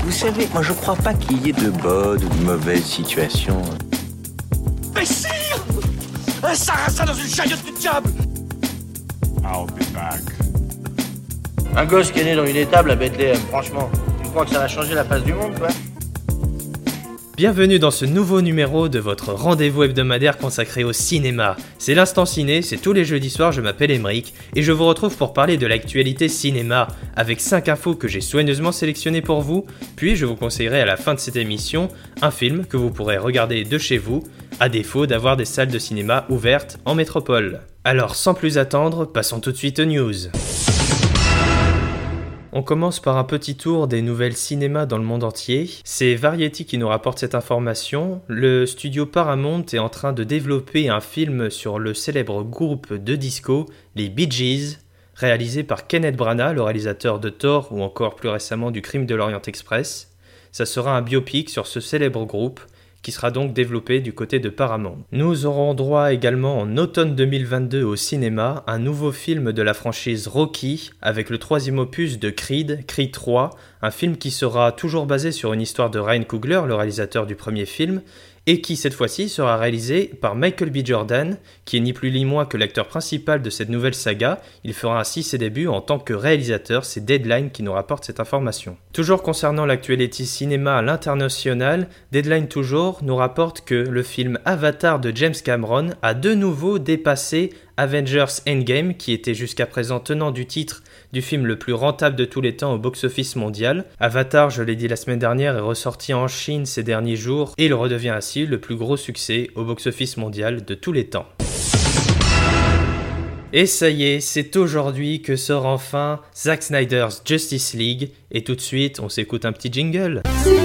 Vous savez, moi je crois pas qu'il y ait de bonnes ou de mauvaises situations. Mais sire! Un sarrasin dans une chariote du diable! I'll be back. Un gosse qui est né dans une étable à Bethléem, franchement. Tu crois que ça va changer la face du monde, quoi? Bienvenue dans ce nouveau numéro de votre rendez-vous hebdomadaire consacré au cinéma. C'est l'Instant Ciné, c'est tous les jeudis soirs, je m'appelle Émeric et je vous retrouve pour parler de l'actualité cinéma avec 5 infos que j'ai soigneusement sélectionnées pour vous, puis je vous conseillerai à la fin de cette émission un film que vous pourrez regarder de chez vous, à défaut d'avoir des salles de cinéma ouvertes en métropole. Alors sans plus attendre, passons tout de suite aux news. On commence par un petit tour des nouvelles cinémas dans le monde entier. C'est Variety qui nous rapporte cette information. Le studio Paramount est en train de développer un film sur le célèbre groupe de disco, les Bee Gees, réalisé par Kenneth Branagh, le réalisateur de Thor ou encore plus récemment du Crime de l'Orient Express. Ça sera un biopic sur ce célèbre groupe, qui sera donc développé du côté de Paramount. Nous aurons droit également en automne 2022 au cinéma un nouveau film de la franchise Rocky avec le 3e opus de Creed 3, un film qui sera toujours basé sur une histoire de Ryan Coogler, le réalisateur du premier film, et qui cette fois-ci sera réalisé par Michael B. Jordan, qui est ni plus ni moins que l'acteur principal de cette nouvelle saga. Il fera ainsi ses débuts en tant que réalisateur, c'est Deadline qui nous rapporte cette information. Toujours concernant l'actualité cinéma à l'international, Deadline toujours nous rapporte que le film Avatar de James Cameron a de nouveau dépassé Avengers Endgame, qui était jusqu'à présent tenant du titre du film le plus rentable de tous les temps au box-office mondial. Avatar, je l'ai dit la semaine dernière, est ressorti en Chine ces derniers jours et il redevient ainsi le plus gros succès au box-office mondial de tous les temps. Et ça y est, c'est aujourd'hui que sort enfin Zack Snyder's Justice League et tout de suite, on s'écoute un petit jingle.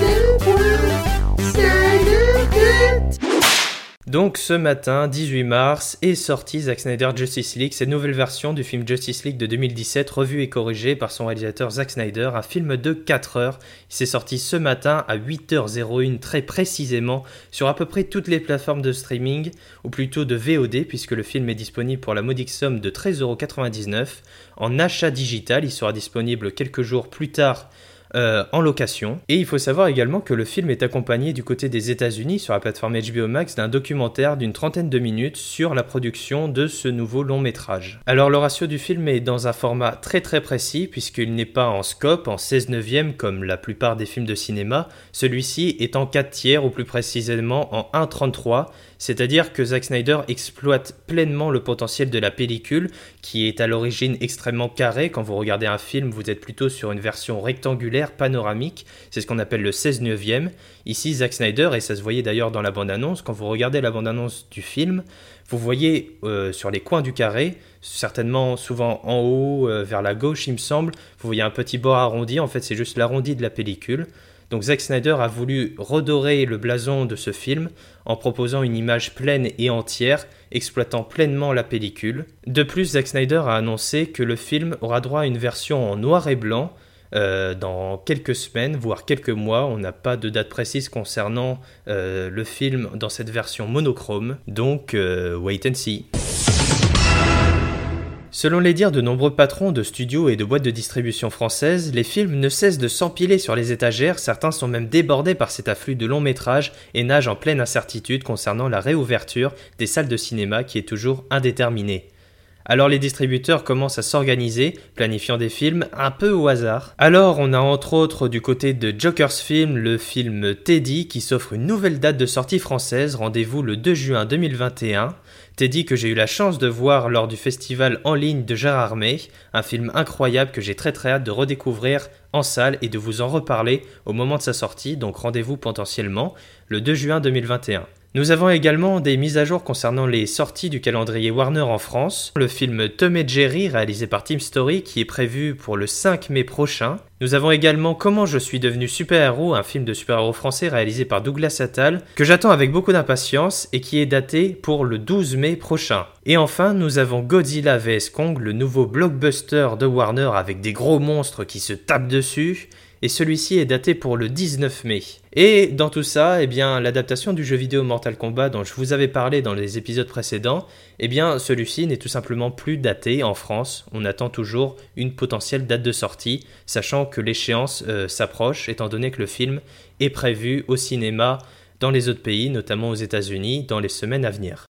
Donc ce matin, 18 mars, est sorti Zack Snyder Justice League, cette nouvelle version du film Justice League de 2017, revue et corrigée par son réalisateur Zack Snyder, un film de 4 heures. Il s'est sorti ce matin à 8h01 très précisément sur à peu près toutes les plateformes de streaming, ou plutôt de VOD, puisque le film est disponible pour la modique somme de 13,99€. En achat digital, il sera disponible quelques jours plus tard en location. Et il faut savoir également que le film est accompagné du côté des États-Unis sur la plateforme HBO Max d'un documentaire d'une trentaine de minutes sur la production de ce nouveau long métrage. Alors le ratio du film est dans un format très précis puisqu'il n'est pas en scope, en 16/9 comme la plupart des films de cinéma, celui-ci est en 4/3 ou plus précisément en 1/33, c'est-à-dire que Zack Snyder exploite pleinement le potentiel de la pellicule qui est à l'origine extrêmement carrée. Quand vous regardez un film, vous êtes plutôt sur une version rectangulaire panoramique, c'est ce qu'on appelle le 16/9. Ici, Zack Snyder, et ça se voyait d'ailleurs dans la bande-annonce, quand vous regardez la bande-annonce du film, vous voyez sur les coins du carré, certainement souvent en haut, vers la gauche il me semble, vous voyez un petit bord arrondi, en fait c'est juste l'arrondi de la pellicule. Donc Zack Snyder a voulu redorer le blason de ce film en proposant une image pleine et entière, exploitant pleinement la pellicule. De plus, Zack Snyder a annoncé que le film aura droit à une version en noir et blanc, dans quelques semaines, voire quelques mois. On n'a pas de date précise concernant le film dans cette version monochrome, donc wait and see. Selon les dires de nombreux patrons de studios et de boîtes de distribution françaises, les films ne cessent de s'empiler sur les étagères, certains sont même débordés par cet afflux de longs métrages et nagent en pleine incertitude concernant la réouverture des salles de cinéma qui est toujours indéterminée. Alors les distributeurs commencent à s'organiser, planifiant des films un peu au hasard. Alors on a entre autres du côté de Joker's Film, le film Teddy qui s'offre une nouvelle date de sortie française, rendez-vous le 2 juin 2021. Teddy que j'ai eu la chance de voir lors du festival en ligne de Gérardmer, un film incroyable que j'ai très hâte de redécouvrir en salle et de vous en reparler au moment de sa sortie, donc rendez-vous potentiellement le 2 juin 2021. Nous avons également des mises à jour concernant les sorties du calendrier Warner en France. Le film Tom et Jerry, réalisé par Team Story, qui est prévu pour le 5 mai prochain. Nous avons également Comment je suis devenu super-héros, un film de super-héros français réalisé par Douglas Attal, que j'attends avec beaucoup d'impatience et qui est daté pour le 12 mai prochain. Et enfin, nous avons Godzilla vs Kong, le nouveau blockbuster de Warner avec des gros monstres qui se tapent dessus. et celui-ci est daté pour le 19 mai. Et dans tout ça, l'adaptation du jeu vidéo Mortal Kombat dont je vous avais parlé dans les épisodes précédents, celui-ci n'est tout simplement plus daté en France. On attend toujours une potentielle date de sortie, sachant que l'échéance s'approche, étant donné que le film est prévu au cinéma dans les autres pays, notamment aux États-Unis, dans les semaines à venir.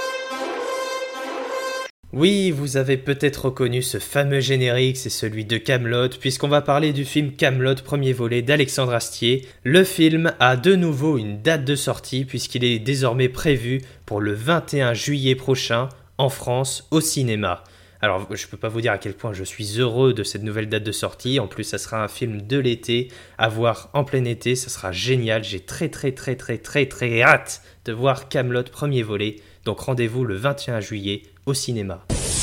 Oui, vous avez peut-être reconnu ce fameux générique, c'est celui de Kaamelott, puisqu'on va parler du film Kaamelott, premier volet d'Alexandre Astier. Le film a de nouveau une date de sortie, puisqu'il est désormais prévu pour le 21 juillet prochain, en France, au cinéma. Alors, je peux pas vous dire à quel point je suis heureux de cette nouvelle date de sortie. En plus, ça sera un film de l'été, à voir en plein été, ça sera génial. J'ai très hâte de voir Kaamelott, premier volet. Donc rendez-vous le 21 juillet au cinéma.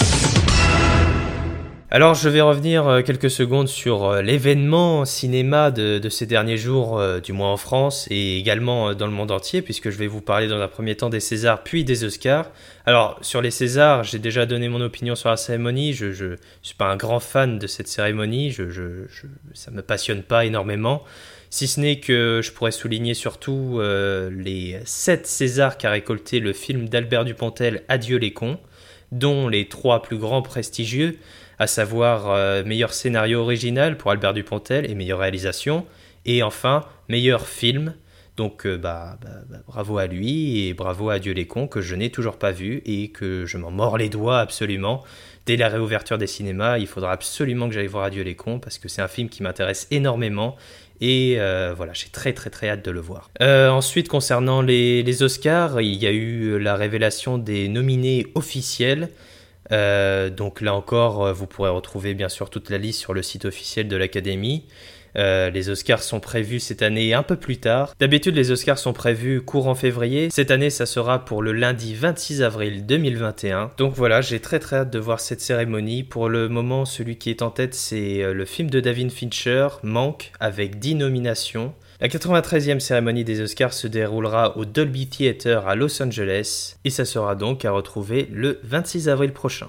Alors je vais revenir quelques secondes sur l'événement cinéma de ces derniers jours, du moins en France et également dans le monde entier, puisque je vais vous parler dans un premier temps des Césars puis des Oscars. Alors sur les Césars, j'ai déjà donné mon opinion sur la cérémonie, je suis pas un grand fan de cette cérémonie, ça me passionne pas énormément. Si ce n'est que je pourrais souligner surtout les 7 Césars qu'a récolté le film d'Albert Dupontel Adieu les cons, dont les 3 plus grands prestigieux, à savoir meilleur scénario original pour Albert Dupontel et meilleure réalisation, et enfin meilleur film. Donc bravo à lui et bravo à Adieu les cons que je n'ai toujours pas vu et que je m'en mords les doigts absolument. Dès la réouverture des cinémas, il faudra absolument que j'aille voir Adieu les cons parce que c'est un film qui m'intéresse énormément. Et voilà, j'ai très hâte de le voir. Ensuite, concernant les Oscars, il y a eu la révélation des nominés officiels. Donc là encore, vous pourrez retrouver bien sûr toute la liste sur le site officiel de l'Académie. Les Oscars sont prévus cette année un peu plus tard. D'habitude, les Oscars sont prévus courant février. Cette année, ça sera pour le lundi 26 avril 2021. Donc voilà, j'ai très hâte de voir cette cérémonie. Pour le moment, celui qui est en tête, c'est le film de David Fincher, Manque, avec 10 nominations. La 93e cérémonie des Oscars se déroulera au Dolby Theatre à Los Angeles. Et ça sera donc à retrouver le 26 avril prochain.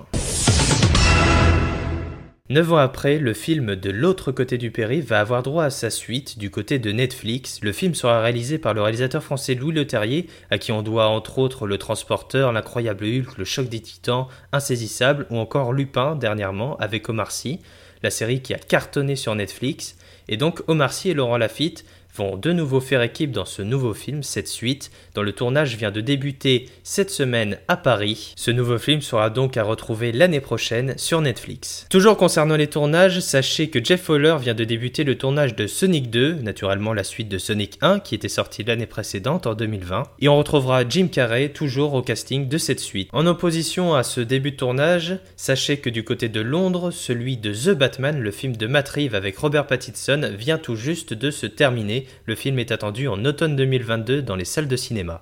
9 ans après, le film De l'autre côté du périph' va avoir droit à sa suite du côté de Netflix. Le film sera réalisé par le réalisateur français Louis Leterrier, à qui on doit entre autres Le Transporteur, L'Incroyable Hulk, Le Choc des Titans, Insaisissable ou encore Lupin dernièrement avec Omar Sy, la série qui a cartonné sur Netflix. Et donc Omar Sy et Laurent Lafitte vont de nouveau faire équipe dans ce nouveau film, cette suite, dont le tournage vient de débuter cette semaine à Paris. Ce nouveau film sera donc à retrouver l'année prochaine sur Netflix. Toujours concernant les tournages, sachez que Jeff Fowler vient de débuter le tournage de Sonic 2, naturellement la suite de Sonic 1 qui était sorti l'année précédente en 2020, et on retrouvera Jim Carrey toujours au casting de cette suite. En opposition à ce début de tournage, sachez que du côté de Londres, celui de The Batman, le film de Matt Reeves avec Robert Pattinson, vient tout juste de se terminer. Le film est attendu en automne 2022 dans les salles de cinéma.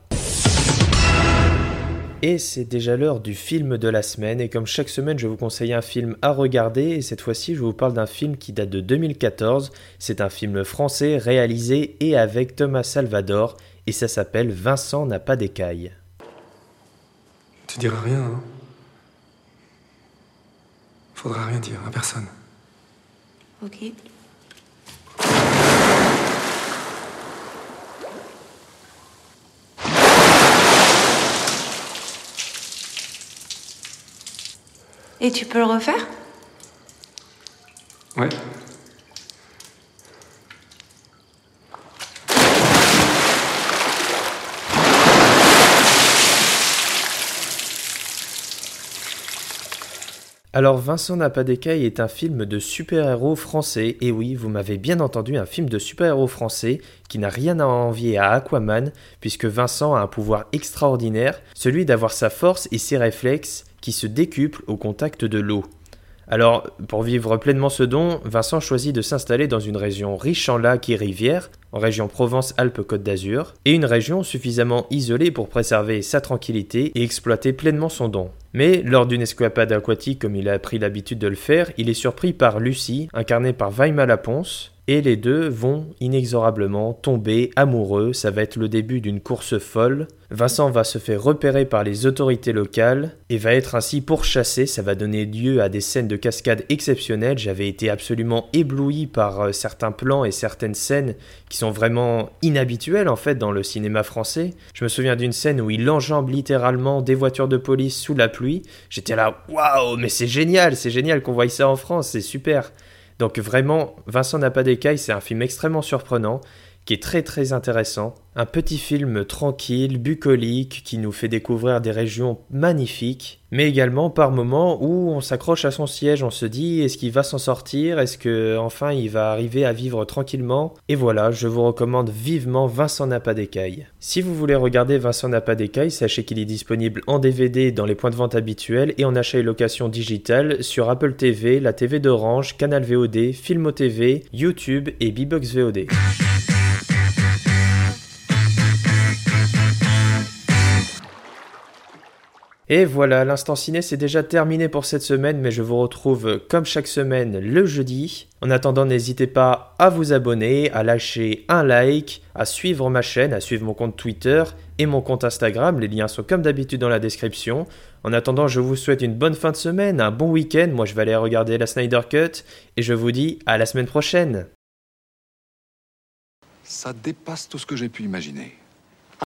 Et c'est déjà l'heure du film de la semaine, et comme chaque semaine je vous conseille un film à regarder, et cette fois-ci je vous parle d'un film qui date de 2014, c'est un film français réalisé et avec Thomas Salvador, et ça s'appelle Vincent n'a pas d'écailles. Tu diras rien, hein? Faudra rien dire à personne. Ok. Et tu peux le refaire ? Ouais. Alors Vincent n'a pas d'écailles est un film de super-héros français, et oui, vous m'avez bien entendu, un film de super-héros français qui n'a rien à envier à Aquaman, puisque Vincent a un pouvoir extraordinaire, celui d'avoir sa force et ses réflexes qui se décuplent au contact de l'eau. Alors, pour vivre pleinement ce don, Vincent choisit de s'installer dans une région riche en lacs et rivières, en région Provence-Alpes-Côte d'Azur, et une région suffisamment isolée pour préserver sa tranquillité et exploiter pleinement son don. Mais, lors d'une escapade aquatique comme il a pris l'habitude de le faire, il est surpris par Lucie, incarnée par Vaima Laponce, et les deux vont inexorablement tomber amoureux, ça va être le début d'une course folle. Vincent va se faire repérer par les autorités locales et va être ainsi pourchassé, ça va donner lieu à des scènes de cascade exceptionnelles. J'avais été absolument ébloui par certains plans et certaines scènes qui sont vraiment inhabituelles en fait dans le cinéma français. Je me souviens d'une scène où il enjambe littéralement des voitures de police sous la pluie. J'étais là, waouh, mais c'est génial qu'on voie ça en France, c'est super. Donc vraiment, Vincent n'a pas d'écailles, c'est un film extrêmement surprenant, qui est très très intéressant. Un petit film tranquille, bucolique, qui nous fait découvrir des régions magnifiques, mais également par moments où on s'accroche à son siège, on se dit est-ce qu'il va s'en sortir, est-ce que enfin il va arriver à vivre tranquillement. Et voilà, je vous recommande vivement Vincent n'a pas d'écailles. Si vous voulez regarder Vincent n'a pas d'écailles, sachez qu'il est disponible en DVD dans les points de vente habituels et en achat et location digitale sur Apple TV, la TV d'Orange, Canal VOD, Filmo TV, YouTube et Bbox VOD. Et voilà, l'instant ciné c'est déjà terminé pour cette semaine, mais je vous retrouve comme chaque semaine le jeudi. En attendant, n'hésitez pas à vous abonner, à lâcher un like, à suivre ma chaîne, à suivre mon compte Twitter et mon compte Instagram. Les liens sont comme d'habitude dans la description. En attendant, je vous souhaite une bonne fin de semaine, un bon week-end. Moi je vais aller regarder la Snyder Cut et je vous dis à la semaine prochaine. Ça dépasse tout ce que j'ai pu imaginer.